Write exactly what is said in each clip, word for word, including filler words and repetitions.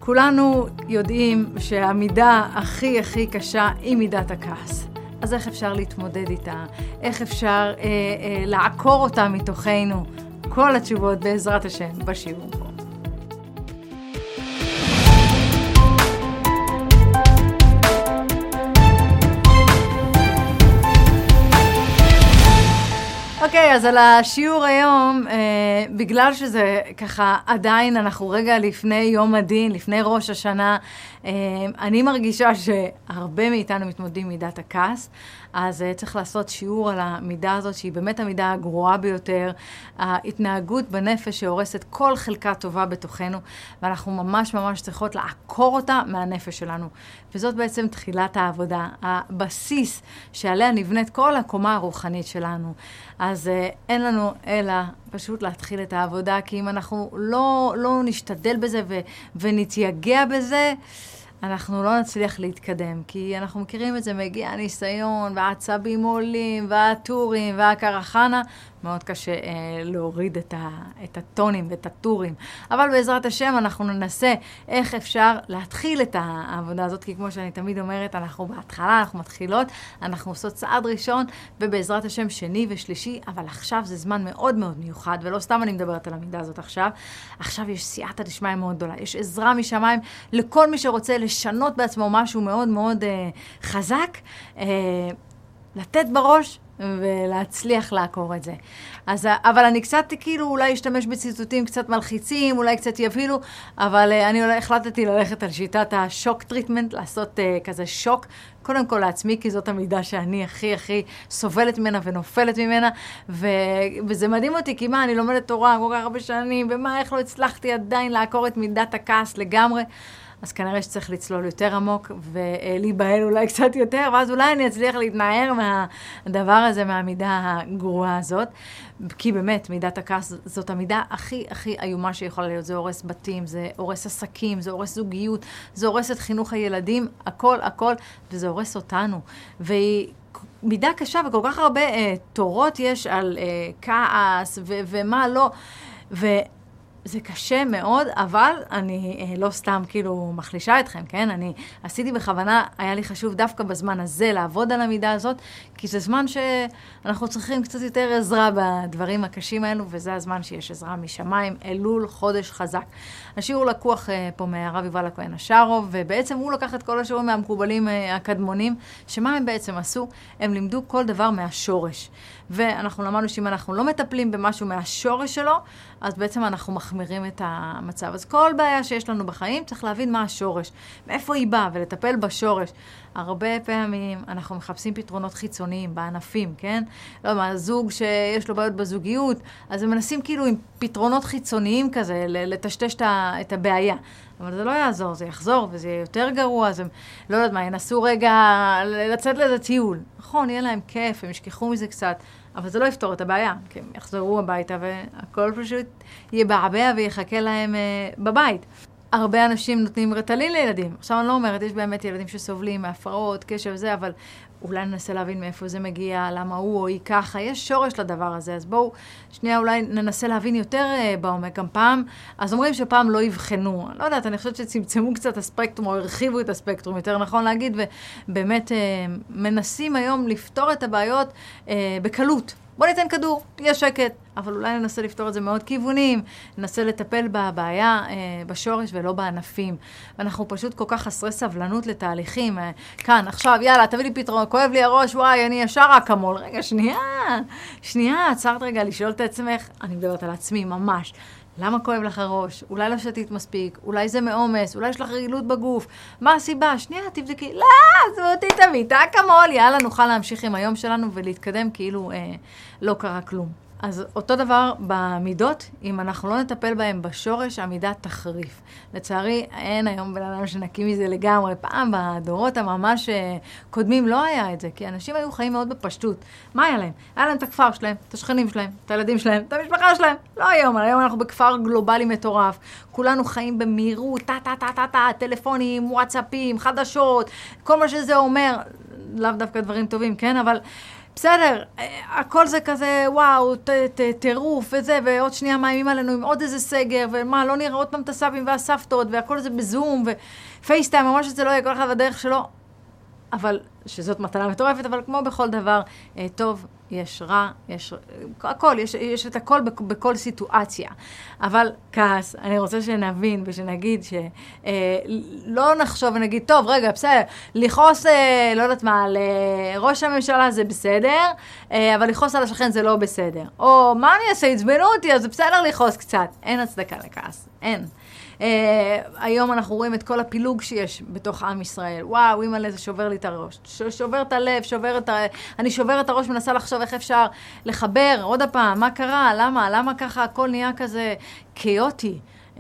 כולנו יודעים שהמידה הכי הכי קשה היא מידת הכעס. אז איך אפשר להתמודד איתה? איך אפשר אה, אה, לעקור אותה מתוכנו? כל התשובות בעזרת השם בשיעור פה. אוקיי, אז על השיעור היום, אה, בגלל שזה ככה עדיין אנחנו רגע לפני יום הדין, לפני ראש השנה, אה, אני מרגישה שהרבה מאיתנו מתמודדים מידת הכעס, אז אה, צריך לעשות שיעור על המידה הזאת, שהיא באמת המידה הגרועה ביותר, ההתנהגות בנפש שהורסת כל חלקה טובה בתוכנו, ואנחנו ממש ממש צריכות לעקור אותה מהנפש שלנו. וזאת בעצם תחילת העבודה, הבסיס שעליה נבנית כל הקומה הרוחנית שלנו. אז uh, אין לנו אלא פשוט להתחיל את העבודה, כי אם אנחנו לא, לא נשתדל בזה ו, ונתייגע בזה, אנחנו לא נצליח להתקדם, כי אנחנו מכירים את זה, מגיע הניסיון, והעצבים עולים, והטורים, והקרחנה, מאוד קשה אה, להוריד את, ה, את הטונים ואת הטורים. אבל בעזרת השם אנחנו ננסה איך אפשר להתחיל את העבודה הזאת, כי כמו שאני תמיד אומרת, אנחנו בהתחלה, אנחנו מתחילות, אנחנו עושות צעד ראשון, ובעזרת השם שני ושלישי, אבל עכשיו זה זמן מאוד מאוד מיוחד, ולא סתם אני מדברת על המידה הזאת עכשיו. עכשיו יש סייעתא דשמיא מאוד גדולה, יש עזרה משמיים לכל מי שרוצה לשנות בעצמו משהו מאוד מאוד אה, חזק, אה, לתת בראש, ולהצליח לעקור את זה. אז, אבל אני קצת כאילו אולי אשתמש בציטוטים קצת מלחיצים, אולי קצת יבהילו, אבל uh, אני אולי החלטתי ללכת על שיטת השוק טריטמנט, לעשות uh, כזה שוק, קודם כל לעצמי, כי זאת המידה שאני הכי הכי סובלת ממנה ונופלת ממנה, ו... וזה מדהים אותי, כי מה, אני לומדת תורה כל כך הרבה שנים, ומה, איך לא הצלחתי עדיין לעקור את מידת הכעס לגמרי, אז כנראה שצריך לצלול יותר עמוק, ולהיבהל אולי קצת יותר, ואז אולי אני אצליח להתנער מהדבר הזה, מהמידה הגרועה הזאת, כי באמת, מידת הכעס זאת המידה הכי הכי איומה שיכולה להיות. זה הורס בתים, זה הורס עסקים, זה הורס זוגיות, זה הורס את חינוך הילדים, הכל, הכל, וזה הורס אותנו. והיא מידה קשה, וכל כך הרבה אה, תורות יש על אה, כעס, ו- ומה לא, ו... זה קשה מאוד, אבל אני אה, לא סתם כאילו מחלישה אתכם, כן? אני עשיתי בכוונה, היה לי חשוב דווקא בזמן הזה לעבוד על המידה הזאת, כי זה זמן שאנחנו צריכים קצת יותר עזרה בדברים הקשים האלו, וזה הזמן שיש עזרה משמיים, אלול, חודש חזק. השיעור לקוח אה, פה מהרב יובל הכהן השארוב, ובעצם הוא לקח את כל השיעורים מהמקובלים אה, הקדמונים, שמה הם בעצם עשו? הם לימדו כל דבר מהשורש. ואנחנו למדנו שאם אנחנו לא מטפלים במשהו מהשורש שלו, אז בעצם אנחנו מחמירים את המצב. אז כל בעיה שיש לנו בחיים, צריך להבין מה השורש, מאיפה היא באה, ולטפל בשורש. הרבה פעמים אנחנו מחפשים פתרונות חיצוניים, בענפים, כן? לא, מה, זוג שיש לו בעיות בזוגיות, אז הם מנסים כאילו עם פתרונות חיצוניים כזה, לטשטש את הבעיה. אבל זה לא יעזור, זה יחזור, וזה יהיה יותר גרוע, אז הם, לא יודעת מה, ינסו רגע לצאת לזה טיול. נכון, יהיה להם כיף, הם ישכחו מזה קצת, אבל זה לא יפתור את הבעיה, כי הם יחזרו הביתה, והכל פשוט יבעבע ויחכה להם uh, בבית. הרבה אנשים נותנים רטלין לילדים. עכשיו אני לא אומרת, יש באמת ילדים שסובלים מהפרעות, קשב וזה, אבל אולי ננסה להבין מאיפה זה מגיע, למה הוא או היא ככה. יש שורש לדבר הזה, אז בואו שנייה אולי ננסה להבין יותר uh, בעומק. גם פעם, אז אומרים שפעם לא יבחנו. לא יודעת, אני חושבת שצמצמו קצת הספקטרום, או הרחיבו את הספקטרום, יותר נכון להגיד, ובאמת uh, מנסים היום לפתור את הבעיות uh, בקלות. בוא ניתן כדור, יהיה שקט, אבל אולי ננסה לפתור את זה מאוד כיוונים, ננסה לטפל בבעיה אה, בשורש ולא בענפים. ואנחנו פשוט כל כך חסרי סבלנות לתהליכים. אה, כאן, עכשיו, יאללה, תביא לי פתרון, כואב לי הראש, וואי, אני ישר אקמול. רגע, שנייה, שנייה, עצרת רגע לשאול את עצמך, אני מדברת על עצמי ממש. למה כואב לך הראש? אולי לא שתית מספיק, אולי זה מאומס, אולי יש לך רעילות בגוף. מה הסיבה? שנייה, תבדקי. לא, זו אותי תביא, תקמול. יאללה, נוכל להמשיך עם היום שלנו ולהתקדם כאילו אה, לא קרה כלום. אז אותו דבר במידות, אם אנחנו לא נטפל בהם בשורש, המידה תחריף. לצערי, אין היום בן אדם שנקי מזה לגמרי. פעם בדורות הממש קודמים לא היה את זה, כי אנשים היו חיים מאוד בפשטות. מה היה להם? היה להם את הכפר שלהם, את השכנים שלהם, את הילדים שלהם, את המשפחה שלהם. לא היום, היום אנחנו בכפר גלובלי מטורף. כולנו חיים במהירות, טה, טה, טה, טה, טה, טלפונים, וואטסאפים, חדשות, כל מה שזה אומר, לאו דווקא דברים טובים, כן? אבל בסדר, הכל זה כזה, וואו, טירוף וזה, ועוד שנייה מאיימים עלינו עם עוד איזה סגר, ומה, לא נראה עוד פעם את הסבים והסבתות, והכל זה בזום, ופייסטיים, ממש שזה לא יהיה כל אחד בדרך שלו. אבל, שזאת מטלה מטורפת, אבל כמו בכל דבר, טוב, יש רע, יש הכל, יש, יש את הכל בכל סיטואציה. אבל כעס, אני רוצה שנבין ושנגיד שלא נחשוב ונגיד, טוב, רגע, בסדר, לכעוס, לא יודעת מה, לראש הממשלה זה בסדר, אבל לכעוס על השכן זה לא בסדר. או מה אני אעשה, עצבנו אותי, אז זה בסדר לכעוס קצת. אין הצדקה לכעס, אין. Uh, היום אנחנו רואים את כל הפילוג שיש בתוך עם ישראל. וואו, אימא'לה, זה שובר לי את הראש. שובר את הלב, שובר את ה... אני שובר את הראש, מנסה לחשוב איך אפשר לחבר. עוד הפעם, מה קרה? למה? למה ככה הכל נהיה כזה כאוטי? Uh,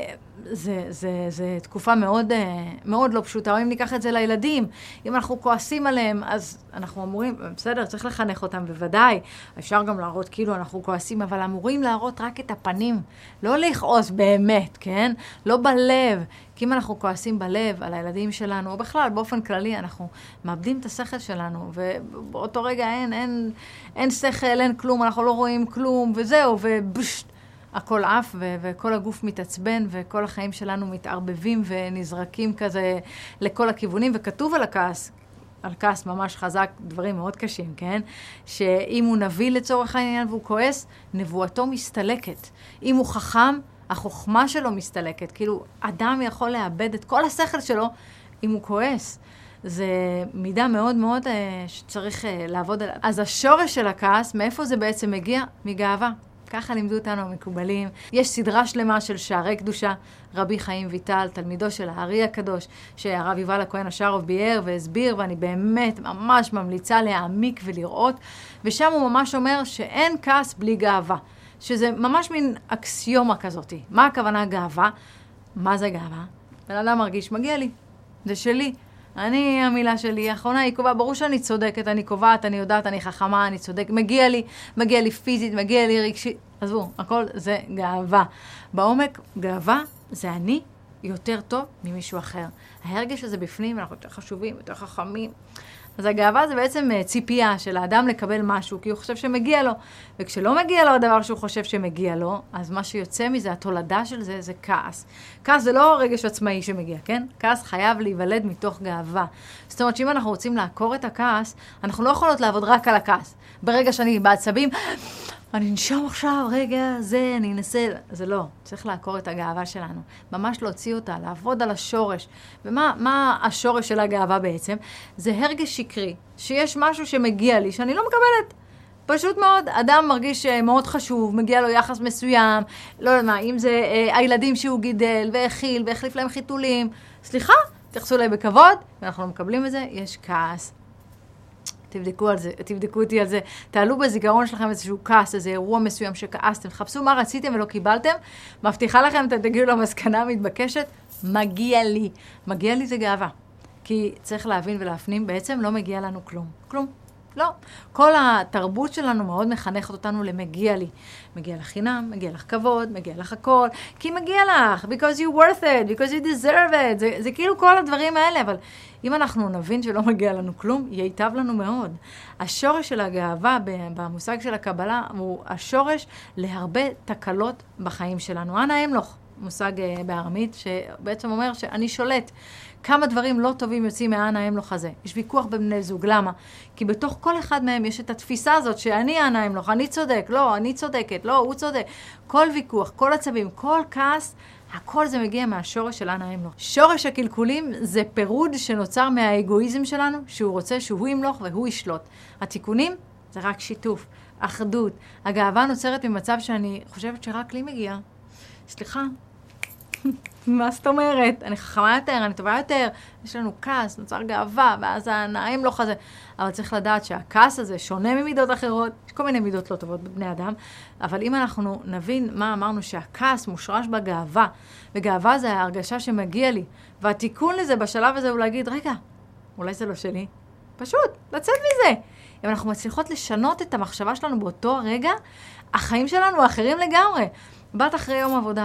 זה, זה, זה תקופה מאוד, מאוד לא פשוטה. או אם ניקח את זה לילדים, אם אנחנו כועסים עליהם, אז אנחנו אמורים, בסדר, צריך לחנך אותם, בוודאי. אפשר גם להראות כאילו אנחנו כועסים, אבל אמורים להראות רק את הפנים. לא לכעוס באמת, כן? לא בלב. כי אם אנחנו כועסים בלב על הילדים שלנו, או בכלל, באופן כללי, אנחנו מאבדים את השכל שלנו, ובאותו רגע אין, אין, אין שכל, אין כלום, אנחנו לא רואים כלום, וזהו, ובשט. הכל עף ו- וכל הגוף מתעצבן וכל החיים שלנו מתערבבים ונזרקים כזה לכל הכיוונים, וכתוב על הכעס, על כעס ממש חזק, דברים מאוד קשים, כן? שאם הוא נביא לצורך העניין והוא כועס, נבואתו מסתלקת. אם הוא חכם, החוכמה שלו מסתלקת. כאילו, אדם יכול לאבד את כל השכל שלו אם הוא כועס. זה מידה מאוד מאוד שצריך לעבוד עליו. אז השורש של הכעס, מאיפה זה בעצם מגיע? מגאווה. ככה לימדו אותנו המקובלים. יש סדרה שלמה של שערי קדושה, רבי חיים ויטל, תלמידו של הארי הקדוש, שהרב יובל הכהן השארוב ביאר והסביר, ואני באמת ממש ממליצה להעמיק ולראות, ושם הוא ממש אומר שאין כעס בלי גאווה, שזה ממש מין אקסיומה כזאת. מה הכוונה גאווה? מה זה גאווה? בן אדם מרגיש, מגיע לי, זה שלי. אני, המילה שלי, האחרונה היא קובעה, ברור שאני צודקת, אני קובעת, אני יודעת, אני חכמה, אני צודק, מגיע לי, מגיע לי פיזית, מגיע לי רגשית, עזבו, הכל זה גאווה. בעומק, גאווה זה אני יותר טוב ממישהו אחר. ההרגש הזה בפנים, אנחנו יותר חשובים, יותר חכמים. אז הגאווה זה בעצם ציפייה של האדם לקבל משהו, כי הוא חושב שמגיע לו. וכשלא מגיע לו הדבר שהוא חושב שמגיע לו, אז מה שיוצא מזה, התולדה של זה, זה כעס. כעס זה לא רגש עצמאי שמגיע, כן? כעס חייב להיוולד מתוך גאווה. זאת אומרת שאם אנחנו רוצים לעקור את הכעס, אנחנו לא יכולות לעבוד רק על הכעס. ברגע שאני בעצבים, אני נשום עכשיו, רגע, זה, אני אנסה, זה לא. צריך לעקור את הגאווה שלנו. ממש להוציא אותה, לעבוד על השורש. ומה מה השורש של הגאווה בעצם? זה הרגש שקרי, שיש משהו שמגיע לי, שאני לא מקבלת. פשוט מאוד, אדם מרגיש מאוד חשוב, מגיע לו יחס מסוים, לא יודע מה, אם זה אה, הילדים שהוא גידל, והכיל, והחליף להם חיתולים. סליחה, תחסו אליי בכבוד, ואנחנו לא מקבלים את זה, יש כעס. תבדקו על זה, תבדקו איתי על זה, תעלו בזיכרון שלכם איזשהו כעס, איזה אירוע מסוים שכעסתם, תחפשו מה רציתם ולא קיבלתם, מבטיחה לכם, אתם תגיעו למסקנה המתבקשת, מגיע לי. מגיע לי זה גאווה. כי צריך להבין ולהפנים, בעצם לא מגיע לנו כלום. כלום. לא. כל התרבות שלנו מאוד מחנכת אותנו למגיע לי. מגיע לך חינם, מגיע לך כבוד, מגיע לך הכל, כי מגיע לך, because you worth it, because you deserve it. זה, זה כאילו כל הדברים האלה, אבל אם אנחנו נבין שלא מגיע לנו כלום, ייטב לנו מאוד. השורש של הגאווה במושג של הקבלה הוא השורש להרבה תקלות בחיים שלנו. אנא אמלוך, מושג בארמית, שבעצם אומר שאני שולט. כמה דברים לא טובים יוצאים מהאנא אמלוך הזה. יש ויכוח בין בני זוג, למה? כי בתוך כל אחד מהם יש את התפיסה הזאת שאני אנא אמלוך, אני צודק, לא, אני צודקת, לא, הוא צודק. כל ויכוח, כל עצבים, כל כעס, הכל זה מגיע מהשורש של אנא אמלוך. שורש הקלקולים זה פירוד שנוצר מהאגואיזם שלנו, שהוא רוצה שהוא ימלוך והוא ישלוט. התיקונים זה רק שיתוף, אחדות. הגאווה נוצרת ממצב שאני חושבת שרק לי מגיע. סליחה. מה זאת אומרת? אני חכמה יותר, אני טובה יותר, יש לנו כעס, נוצר גאווה, ואז הנעים לא חזה. אבל צריך לדעת שהכעס הזה שונה ממידות אחרות, יש כל מיני מידות לא טובות בבני אדם, אבל אם אנחנו נבין מה אמרנו שהכעס מושרש בגאווה, וגאווה זה ההרגשה שמגיע לי, והתיקון לזה בשלב הזה הוא להגיד, רגע, אולי זה לא שלי, פשוט, לצאת מזה. אם אנחנו מצליחות לשנות את המחשבה שלנו באותו רגע, החיים שלנו אחרים לגמרי. באת אחרי יום עבודה ארוך,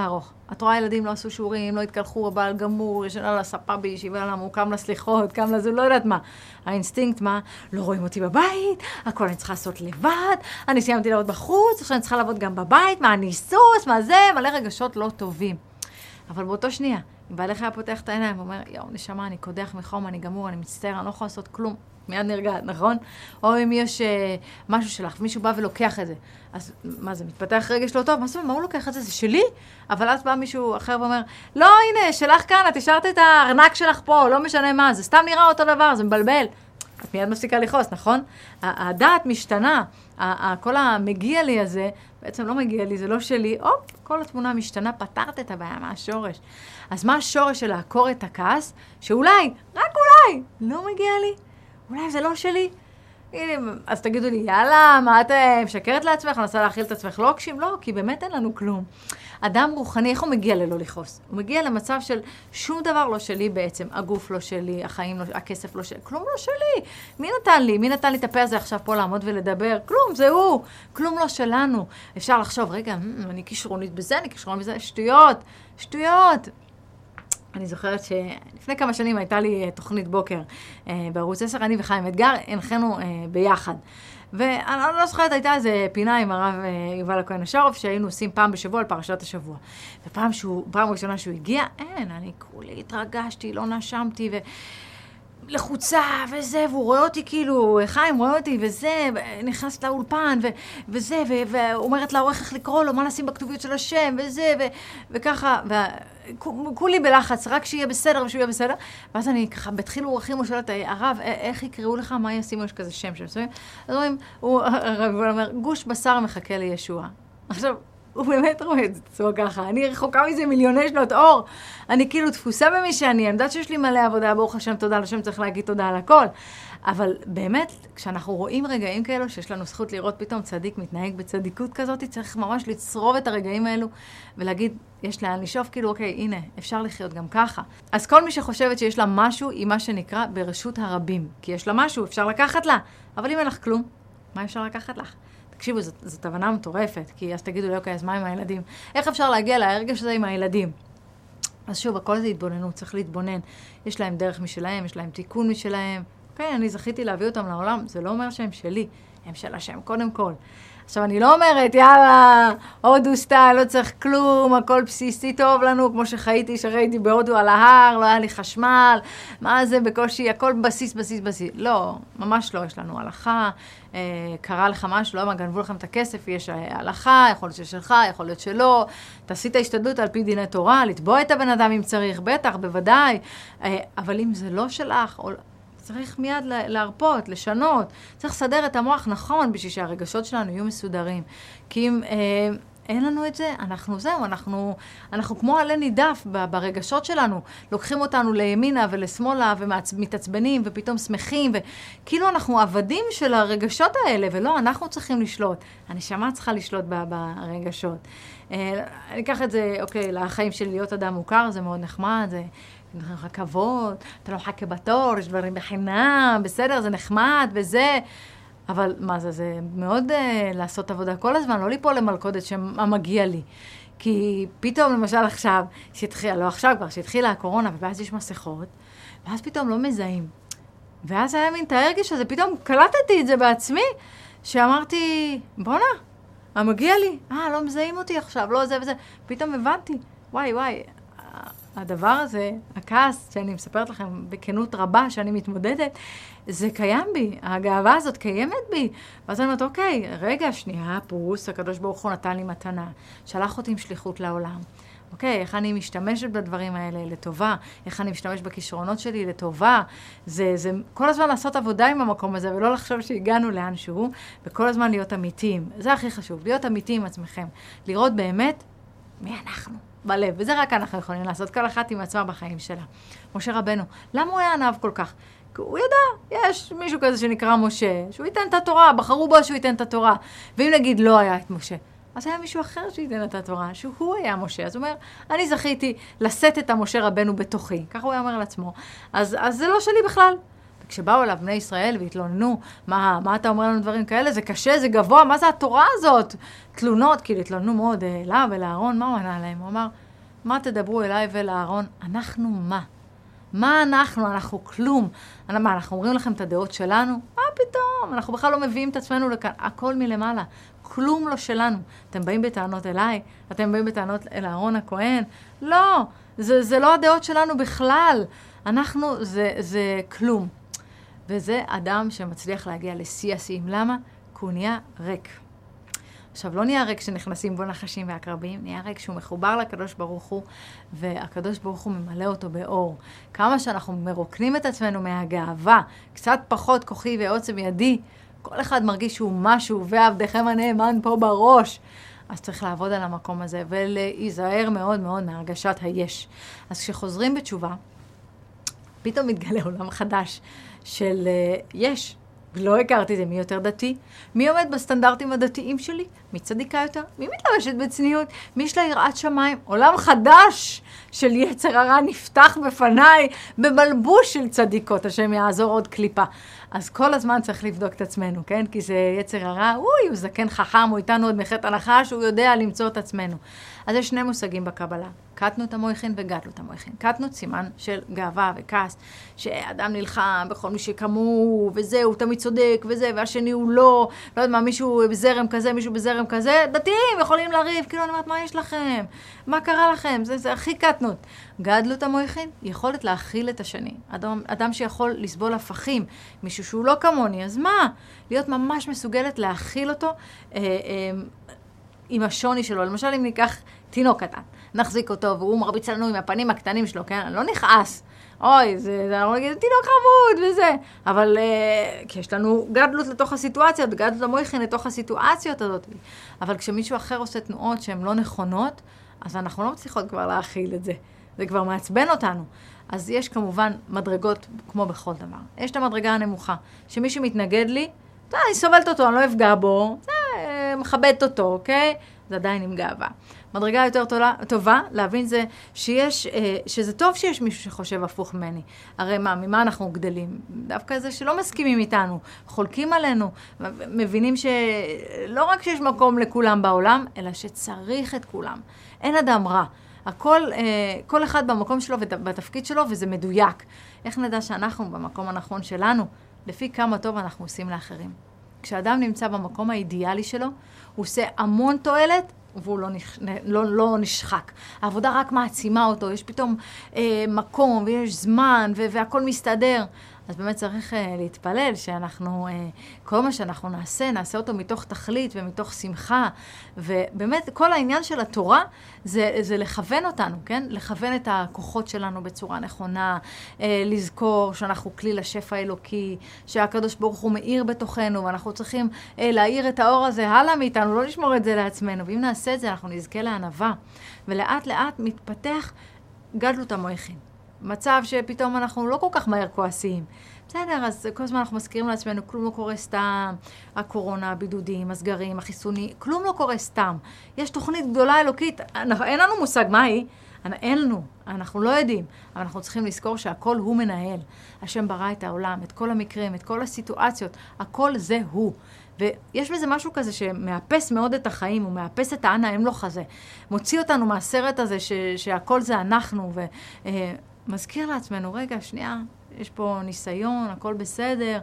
את רואה ילדים לא עשו שיעורים, לא התקלחו, הבעל גמור, ישן על הספה בישיבה, למה הוא קם לסליחות, קם לזה, לא יודעת מה. האינסטינקט מה? לא רואים אותי בבית, הכל אני צריכה לעשות לבד, אני סיימתי לעבוד בחוץ, עכשיו אני צריכה לעבוד גם בבית, מה אני סוס, מה זה, מלא רגשות לא טובים. אבל באותו שנייה, אם בעליך היה פותח את העיניים ואומר, יאו, נשמה, אני קודח מחום, אני גמור, אני מצטער, אני לא יכולה לעשות כלום. מיד נרגעת, נכון? או אם יש uh, משהו שלך, ומישהו בא ולוקח את זה. אז מה זה, מתפתח רגש לא טוב? מה זה, מה הוא לוקח את זה? זה שלי? אבל אז בא מישהו אחר ואומר, לא, הנה, שלך כאן, את השארת את הארנק שלך פה, לא משנה מה, זה סתם נראה אותו דבר, זה מבלבל. את מיד מפסיקה לכעוס, נכון? הדעת משתנה, כל המגיע לי הזה, בעצם לא מגיע לי, זה לא שלי, הופ, כל התמונה משתנה, פתרת את הבעיה מהשורש. אז מה השורש של לעקור את הכעס? שאולי, רק אולי, לא מגיע לי. אולי זה לא שלי. הנה, אז תגידו לי, יאללה, מה את משקרת לעצמך? אני רוצה להכיל את עצמך לא קשים? לא, כי באמת אין לנו כלום. אדם רוחני, איך הוא מגיע ללא לכעוס? הוא מגיע למצב של שום דבר לא שלי בעצם. הגוף לא שלי, החיים לא, הכסף לא שלי, כלום לא שלי. מי נתן לי? מי נתן לי את הפה הזה עכשיו פה לעמוד ולדבר? כלום, זה הוא. כלום לא שלנו. אפשר לחשוב, רגע, אני כישרונית בזה, אני כישרונית בזה, שטויות, שטויות. אני זוכרת שלפני כמה שנים הייתה לי תוכנית בוקר אה, בערוץ עשר, אני וחיים אתגר, הנחנו אה, ביחד. ואני לא זוכרת, הייתה איזה פינה עם הרב אה, יובל הכהן השרוף, שהיינו עושים פעם בשבוע על פרשת השבוע. ופעם שהוא, פעם ראשונה שהוא הגיע, אין, אני כולי התרגשתי, לא נשמתי, ו... לחוצה וזה, והוא רואה אותי כאילו, חיים רואה אותי וזה, נכנס לאולפן ו- וזה, ו- ואומרת לעורך איך לקרוא לו, מה לשים בכתוביות של השם וזה, ו- וככה, וכולי בלחץ, רק שיהיה בסדר ושיהיה בסדר. ואז אני ככה, בתחיל אורחים הוא שואל אותי, הרב, איך יקראו לך, מה ישימו, יש כזה שם שם. אז אומרים, הוא, הרב אומר, גוש בשר מחכה לישוע. עכשיו, הוא באמת רואה את זה ככה. אני רחוקה מזה מיליוני שנות אור. אני כאילו תפוסה במי שאני. אני יודעת שיש לי מלא עבודה, ברוך השם, תודה לשם, צריך להגיד תודה על הכל. אבל באמת, כשאנחנו רואים רגעים כאלו, שיש לנו זכות לראות פתאום צדיק מתנהג בצדיקות כזאת, צריך ממש לצרוב את הרגעים האלו, ולהגיד, יש לאן לשאוף, כאילו, אוקיי, הנה, אפשר לחיות גם ככה. אז כל מי שחושבת שיש לה משהו, היא מה שנקרא ברשות הרבים. כי יש לה משהו, אפשר לקחת לה. אבל אם אין לך כלום, מה אפשר לקחת לך? תקשיבו, זאת, זאת הבנה מטורפת, כי אז תגידו לי, אוקיי, אז מה עם הילדים? איך אפשר להגיע להרגש הזה עם הילדים? אז שוב, הכל זה התבוננות, צריך להתבונן. יש להם דרך משלהם, יש להם תיקון משלהם. אוקיי, אני זכיתי להביא אותם לעולם, זה לא אומר שהם שלי, הם של השם, קודם כל. עכשיו, אני לא אומרת, יאללה, הודו סטייל, לא צריך כלום, הכל בסיסי טוב לנו, כמו שחייתי, שראיתי בהודו על ההר, לא היה לי חשמל, מה זה בקושי, הכל בסיס, בסיס, בסיס. לא, ממש לא, יש לנו הלכה, אה, קרה לך משהו, לא, מה, גנבו לכם את הכסף, יש הלכה, יכול להיות ששלך, יכול להיות שלא, תעשי את ההשתדלות על פי דיני תורה, לתבוע את הבן אדם אם צריך, בטח, בוודאי, אה, אבל אם זה לא שלך, או... צריך מיד להרפות, לשנות. צריך לסדר את המוח נכון בשביל שהרגשות שלנו יהיו מסודרים. כי אם אה, אין לנו את זה, אנחנו זהו, אנחנו, אנחנו כמו עלי נידף ברגשות שלנו. לוקחים אותנו לימינה ולשמאלה ומתעצבנים ופתאום שמחים. וכאילו אנחנו עבדים של הרגשות האלה, ולא, אנחנו צריכים לשלוט. הנשמה צריכה לשלוט ברגשות. אה, אני אקח את זה, אוקיי, לחיים של להיות אדם מוכר, זה מאוד נחמד, זה... רכבות, אתה לא מחכה בתור, יש דברים בחינם, בסדר, זה נחמד וזה, אבל מה זה, זה מאוד uh, לעשות עבודה כל הזמן, לא ליפול למלכודת שמגיע לי. כי פתאום, למשל עכשיו, שהתחילה, לא עכשיו כבר, שהתחילה הקורונה, ואז יש מסכות, ואז פתאום לא מזהים. ואז היה מין את ההרגש הזה, פתאום קלטתי את זה בעצמי, שאמרתי, בונה, מה מגיע לי? אה, לא מזהים אותי עכשיו, לא זה וזה. פתאום הבנתי, וואי וואי, הדבר הזה, הכעס שאני מספרת לכם בכנות רבה שאני מתמודדת, זה קיים בי, הגאווה הזאת קיימת בי. ואז אני אומרת, אוקיי, רגע, שנייה, פרוס, הקדוש ברוך הוא נתן לי מתנה, שלח אותי עם שליחות לעולם. אוקיי, איך אני משתמשת בדברים האלה לטובה, איך אני משתמש בכישרונות שלי לטובה. זה, זה כל הזמן לעשות עבודה עם המקום הזה, ולא לחשוב שהגענו לאן שהוא, וכל הזמן להיות אמיתיים. זה הכי חשוב, להיות אמיתיים עם עצמכם. לראות באמת מי אנחנו. בלב, וזה רק אנחנו יכולים לעשות, כל אחת עם עצמה בחיים שלה. משה רבנו, למה הוא היה ענב כל כך? כי הוא ידע, יש מישהו כזה שנקרא משה, שהוא ייתן את התורה, בחרו בו שהוא ייתן את התורה. ואם נגיד לא היה את משה, אז היה מישהו אחר שייתן את התורה, שהוא היה משה. אז הוא אומר, אני זכיתי לשאת את המשה רבנו בתוכי. ככה הוא היה אומר לעצמו. אז, אז זה לא שלי בכלל. וכשבאו אליו בני ישראל והתלוננו, מה, מה אתה אומר לנו דברים כאלה? זה קשה, זה גבוה, מה זה התורה הזאת? תלונות, כאילו התלוננו מאוד אליו ולאהרון, מה הוא ענה להם? הוא אמר, מה תדברו אליי ולאהרון? אנחנו מה? מה אנחנו? אנחנו כלום. מה, אנחנו אומרים לכם את הדעות שלנו? מה פתאום? אנחנו בכלל לא מביאים את עצמנו לכאן. הכל מלמעלה. כלום לא שלנו. אתם באים בטענות אליי? אתם באים בטענות אל אהרון הכהן? לא. זה, זה לא הדעות שלנו בכלל. אנחנו, זה, זה כלום. וזה אדם שמצליח להגיע לשיא השיאים. למה? כי הוא נהיה ריק. עכשיו, לא נהיה ריק שנכנסים בו נחשים ועקרבים, נהיה ריק שהוא מחובר לקדוש ברוך הוא, והקדוש ברוך הוא ממלא אותו באור. כמה שאנחנו מרוקנים את עצמנו מהגאווה, קצת פחות כוחי ועוצם ידי, כל אחד מרגיש שהוא משהו, ועבדכם הנאמן פה בראש. אז צריך לעבוד על המקום הזה, ולהיזהר מאוד מאוד מהרגשת היש. אז כשחוזרים בתשובה, פתאום מתגלה עולם חדש של uh, יש. לא הכרתי זה, מי יותר דתי? מי עומד בסטנדרטים הדתיים שלי? מי צדיקה יותר? מי מתלבשת בצניעות? מי יש לה יראת שמיים? עולם חדש של יצר הרע נפתח בפניי במלבוש של צדיקות, השם יעזור עוד קליפה. אז כל הזמן צריך לבדוק את עצמנו, כן? כי זה יצר הרע, אוי, הוא זקן חכם, הוא איתנו עוד מחטא הנחש, הוא יודע למצוא את עצמנו. אז יש שני מושגים בקבלה. קטנות המויכין וגדלות המויכין. קטנות סימן של גאווה וכעס, שאדם נלחם בכל מי שכמוהו, וזהו, הוא תמיד צודק, וזה, והשני הוא לא, לא יודע מה, מישהו בזרם כזה, מישהו בזרם כזה, דתיים יכולים לריב, כאילו אני אומרת, מה יש לכם? מה קרה לכם? זה, זה הכי קטנות. גדלות המויכין, יכולת להכיל את השני. אדם, אדם שיכול לסבול הפכים, מישהו שהוא לא כמוני, אז מה? להיות ממש מסוגלת להכיל אותו אה, אה, עם השוני שלו. למשל, אם ניקח תינוק קטן, נחזיק אותו, והוא מרביץ לנו עם הפנים הקטנים שלו, כן? לא נכעס. אוי, זה, זה לא נגיד, תינוק חמוד וזה. אבל, אה, כי יש לנו גדלות לתוך הסיטואציות, גדלות המויכין לתוך הסיטואציות הזאת. אבל כשמישהו אחר עושה תנועות שהן לא נכונות, אז אנחנו לא מצליחות כבר להכיל את זה. זה כבר מעצבן אותנו. אז יש כמובן מדרגות כמו בכל דבר. יש את המדרגה הנמוכה, שמי שמתנגד לי, זה, אני סובלת אותו, אני לא אפגע בו, זה, מכבדת אותו, אוקיי? זה עדיין עם גאווה. מדרגה יותר טובה, טובה להבין זה שיש, שזה טוב שיש מישהו שחושב הפוך ממני. הרי מה, ממה אנחנו גדלים? דווקא זה שלא מסכימים איתנו, חולקים עלינו, מבינים שלא רק שיש מקום לכולם בעולם, אלא שצריך את כולם. אין אדם רע. הכל, כל אחד במקום שלו ובתפקיד שלו, וזה מדויק. איך נדע שאנחנו במקום הנכון שלנו? לפי כמה טוב אנחנו עושים לאחרים. כשאדם נמצא במקום האידיאלי שלו, הוא עושה המון תועלת, והוא לא, נש... לא, לא נשחק. העבודה רק מעצימה אותו, יש פתאום אה, מקום ויש זמן ו- והכל מסתדר. אז באמת צריך אה, להתפלל שאנחנו, אה, כל מה שאנחנו נעשה, נעשה אותו מתוך תכלית ומתוך שמחה. ובאמת כל העניין של התורה זה, זה לכוון אותנו, כן? לכוון את הכוחות שלנו בצורה נכונה, אה, לזכור שאנחנו כלי לשפע האלוקי, שהקדוש ברוך הוא מאיר בתוכנו, ואנחנו צריכים אה, להאיר את האור הזה הלאה מאיתנו, לא לשמור את זה לעצמנו. ואם נעשה את זה, אנחנו נזכה לענווה. ולאט לאט מתפתח גדלות המויכין. מצב שפתאום אנחנו לא כל כך מהר כועסים. בסדר, אז כל הזמן אנחנו מזכירים לעצמנו, כלום לא קורה סתם. הקורונה, הבידודים, הסגרים, החיסוני, כלום לא קורה סתם. יש תוכנית גדולה אלוקית, אין לנו מושג מה היא, אין לנו, אנחנו לא יודעים, אבל אנחנו צריכים לזכור שהכל הוא מנהל. השם ברא את העולם, את כל המקרים, את כל הסיטואציות, הכל זה הוא. ויש בזה משהו כזה שמאפס מאוד את החיים, הוא מאפס את הענה האמלוך הזה. מוציא אותנו מהסרט הזה ש, שהכל זה אנחנו, ומזכיר לעצמנו, רגע, שנייה, יש פה ניסיון, הכל בסדר.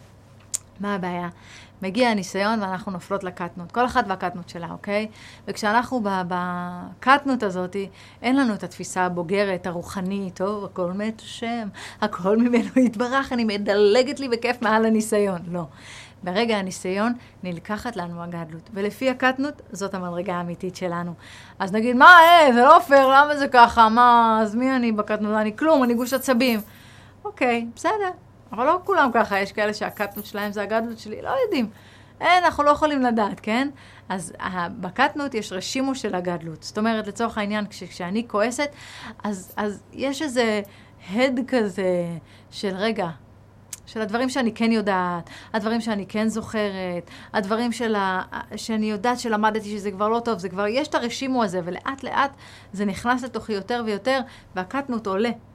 מה הבעיה? מגיע הניסיון ואנחנו נופלות לקטנות. כל אחת והקטנות שלה, אוקיי? וכשאנחנו בקטנות הזאת, אין לנו את התפיסה הבוגרת, הרוחנית, טוב, הכל מת השם, הכל ממנו יתברך, אני מדלגת לי בכיף מעל הניסיון. לא. ברגע הניסיון נלקחת לנו הגדלות. ולפי הקטנות, זאת המדרגה האמיתית שלנו. אז נגיד, מה, אה, זה לא פייר, למה זה ככה? מה, אז מי אני בקטנות? אני כלום, אני גוש עצבים. אוקיי, בסדר. אבל לא כולם ככה, יש כאלה שהקטנות שלהם זה הגדלות שלי, לא יודעים. אין, אנחנו לא יכולים לדעת, כן? אז בקטנות יש רשימו של הגדלות. זאת אומרת, לצורך העניין, כש, כשאני כועסת, אז, אז יש איזה הד כזה של רגע, של הדברים שאני כן יודעת, הדברים שאני כן זוכרת, הדברים של ה... שאני יודעת שלמדתי שזה כבר לא טוב, זה כבר, יש את הרשימו הזה, ולאט לאט זה נכנס לתוכי יותר ויותר, והקטנות עולה.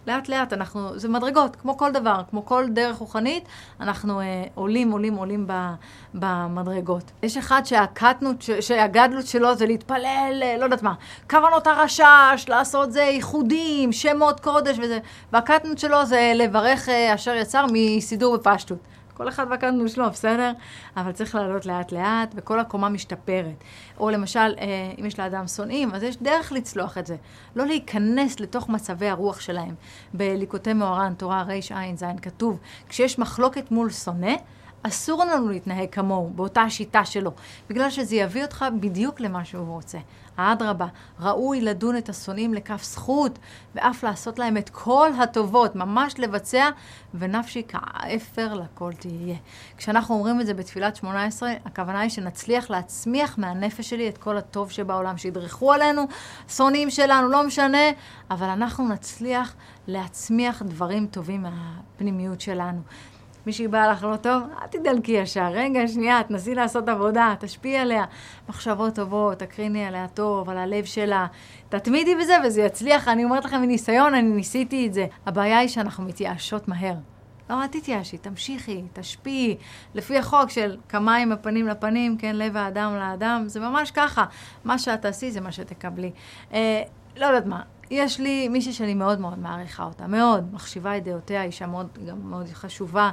לאט לאט אנחנו, זה מדרגות, כמו כל דבר, כמו כל דרך רוחנית, אנחנו אה, עולים, עולים, עולים ב, במדרגות. יש אחד שהקטנות, שהגדלות שלו זה להתפלל, לא יודעת מה, כוונות הרשש, לעשות זה ייחודים, שמות קודש וזה, והקטנות שלו זה לברך אה, אשר יצר מסידור ופשטות. כל אחד והקטנות שלו, בסדר? אבל צריך לעלות לאט לאט, וכל הקומה משתפרת. או למשל, אם יש לאדם שונאים, אז יש דרך לצלוח את זה. לא להיכנס לתוך מצבי הרוח שלהם. בליקוטי מאורן, תורה ריש עין זין, כתוב, כשיש מחלוקת מול שונא, אסור לנו להתנהג כמוהו, באותה השיטה שלו, בגלל שזה יביא אותך בדיוק למה שהוא רוצה. האדרבה, ראוי לדון את השונאים לכף זכות, ואף לעשות להם את כל הטובות, ממש לבצע, ונפשי כאפר לכל תהיה. כשאנחנו אומרים את זה בתפילת שמונה עשרה, הכוונה היא שנצליח להצמיח מהנפש שלי את כל הטוב שבעולם, שידרכו עלינו, שונאים שלנו, לא משנה, אבל אנחנו נצליח להצמיח דברים טובים מהפנימיות שלנו. מישהי באה לך לא טוב, אל תדלקי ישר, רגע, שנייה, תנסי לעשות עבודה, תשפיע עליה, מחשבות טובות, תקריני עליה טוב, על הלב שלה, תתמידי בזה וזה יצליח, אני אומרת לכם מניסיון, אני ניסיתי את זה. הבעיה היא שאנחנו מתייאשות מהר. לא, אל תתייאשי, תמשיכי, תשפיעי, לפי החוק של כמיים הפנים לפנים, כן, לב האדם לאדם, זה ממש ככה, מה שאת תעשי זה מה שתקבלי. אה, לא יודעת מה. יש לי מישהי שאני מאוד מאוד מעריכה אותה, מאוד, מחשיבה את דעותיה, אישה מאוד, גם מאוד חשובה,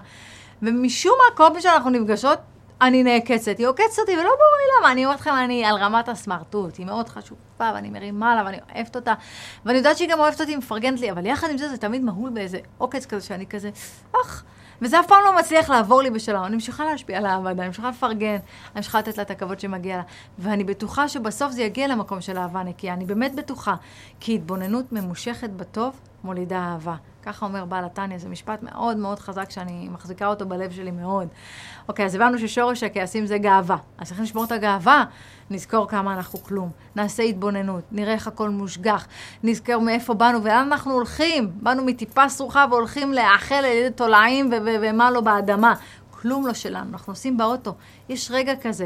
ומשום מה, כל פעם שאנחנו נפגשות, אני נעקצת, היא עוקצת אותי, ולא ברור לי למה, אני אומרת לכם, אני על רמת הסמרטוט, היא מאוד חשובה, ואני מרימה לה, ואני אוהבת אותה, ואני יודעת שהיא גם אוהבת אותי, מפרגנת לי, אבל יחד עם זה, זה תמיד מהול באיזה עוקץ כזה, שאני כזה, אך, וזה אף פעם לא מצליח לעבור לי בשלום. אני ממשיכה להשפיע על העבודה, אני ממשיכה לפרגן, אני ממשיכה לתת לה את הכבוד שמגיע לה. ואני בטוחה שבסוף זה יגיע למקום של אהבה נקייה. אני באמת בטוחה, כי התבוננות ממושכת בטוב מולידה אהבה. ככה אומר בעל התניא, זה משפט מאוד מאוד חזק שאני מחזיקה אותו בלב שלי מאוד. אוקיי, אז הבנו ששורש הכעסים זה גאווה. אז צריכים לשמור את הגאווה, נזכור כמה אנחנו כלום. נעשה התבוננות, נראה איך הכל מושגח, נזכור מאיפה באנו ולאן אנחנו הולכים. באנו מטיפה סרוחה והולכים לאחל על ידי תולעים ו- ו- ומה לא באדמה. כלום לא שלנו, אנחנו עושים באוטו. יש רגע כזה.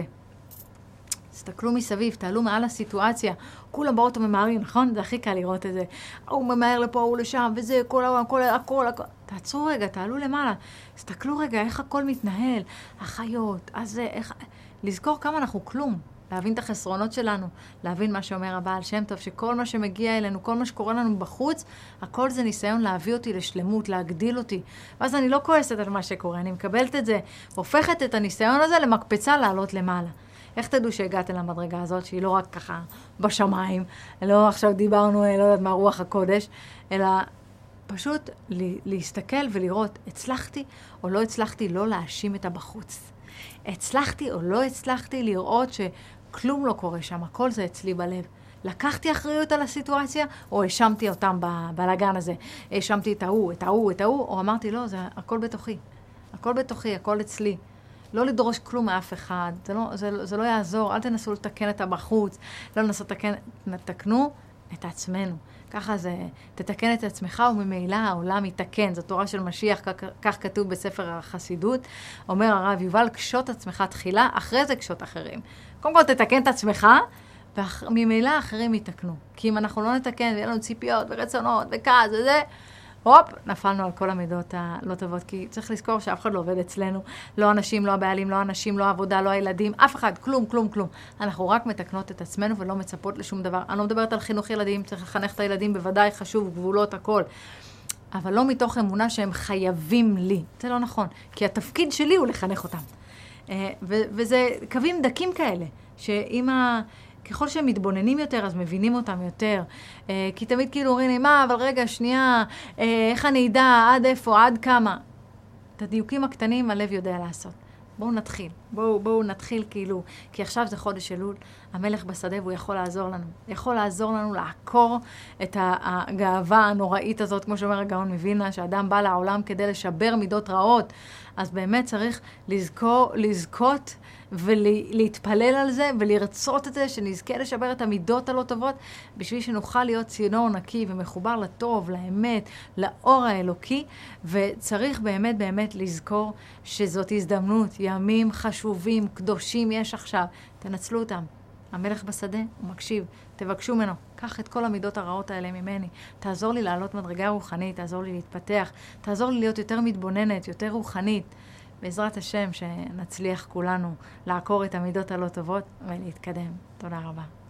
תסתכלו מסביב, תעלו מעל הסיטואציה, כולם באוטו ממהרים, נכון? זה הכי קל לראות את זה. הוא ממהר לפה, הוא לשם, וזה, כל העולם, כל, הכל, הכל. תעצרו רגע, תעלו למעלה. תסתכלו רגע איך הכל מתנהל, החיות, אז זה, איך... לזכור כמה אנחנו כלום. להבין את החסרונות שלנו, להבין מה שאומר הבעל שם טוב, שכל מה שמגיע אלינו, כל מה שקורה לנו בחוץ, הכל זה ניסיון להביא אותי לשלמות, להגדיל אותי. ואז אני לא כועסת על מה שקורה, אני מקבלת את זה, הופכת את הניסיון הזה למקפצה לעלות למעלה. איך תדעו שהגעת למדרגה הזאת, שהיא לא רק ככה בשמיים, לא עכשיו דיברנו, לא יודעת מה רוח הקודש, אלא פשוט להסתכל ולראות, הצלחתי או לא הצלחתי לא להאשים את הבחוץ. הצלחתי או לא הצלחתי לראות שכלום לא קורה שם, הכל זה אצלי בלב. לקחתי אחריות על הסיטואציה, או האשמתי אותם בבלגן הזה. האשמתי את ההוא, את ההוא, את ההוא, או אמרתי, לא, זה הכל בתוכי. הכל בתוכי, הכל אצלי. לא לדרוש כלום מאף אחד, זה לא, זה, זה לא יעזור, אל תנסו לתקן את הבחוץ, לא לנסו לתקן, נתקנו את עצמנו. ככה זה, תתקן את עצמך וממילא העולם יתקן. זו תורה של משיח, כך, כך כתוב בספר החסידות. אומר הרב יובל, קשות עצמך תחילה, אחרי זה קשות אחרים. קודם כל תתקן את עצמך, וממילא אחרים יתקנו. כי אם אנחנו לא נתקן, ויהיה לנו ציפיות ורצונות וכעס וזה, הופ, נפלנו על כל המידות הלא טובות, כי צריך לזכור שאף אחד לא עובד אצלנו, לא אנשים, לא הבעלים, לא אנשים, לא העבודה, לא הילדים, אף אחד, כלום, כלום, כלום. אנחנו רק מתקנות את עצמנו ולא מצפות לשום דבר. אני לא מדברת על חינוך ילדים, צריך לחנך את הילדים, בוודאי חשוב, גבולות, הכל. אבל לא מתוך אמונה שהם חייבים לי. זה לא נכון, כי התפקיד שלי הוא לחנך אותם. ו- וזה קווים דקים כאלה, שאם ה... ככל שהם מתבוננים יותר, אז מבינים אותם יותר. אה, כי תמיד כאילו אומרים לי, מה, אבל רגע, שנייה, אה, איך אני אדע, עד איפה, עד כמה? את הדיוקים הקטנים הלב יודע לעשות. בואו נתחיל, בואו, בואו נתחיל כאילו, כי עכשיו זה חודש אלול, המלך בשדה והוא יכול לעזור לנו. יכול לעזור לנו לעקור את הגאווה הנוראית הזאת, כמו שאומר הגאון מווילנה, שאדם בא לעולם כדי לשבר מידות רעות. אז באמת צריך לזכור, לזכות ולהתפלל על זה ולרצות את זה, שנזכה לשבר את המידות הלא טובות, בשביל שנוכל להיות צינור נקי ומחובר לטוב, לאמת, לאור האלוקי, וצריך באמת באמת לזכור שזאת הזדמנות, ימים חשובים, קדושים יש עכשיו, תנצלו אותם. המלך בשדה, הוא מקשיב, תבקשו ממנו, קח את כל המידות הרעות האלה ממני, תעזור לי לעלות מדרגה רוחנית, תעזור לי להתפתח, תעזור לי להיות יותר מתבוננת, יותר רוחנית. בעזרת השם שנצליח כולנו לעקור את המידות הלא טובות ולהתקדם. תודה רבה.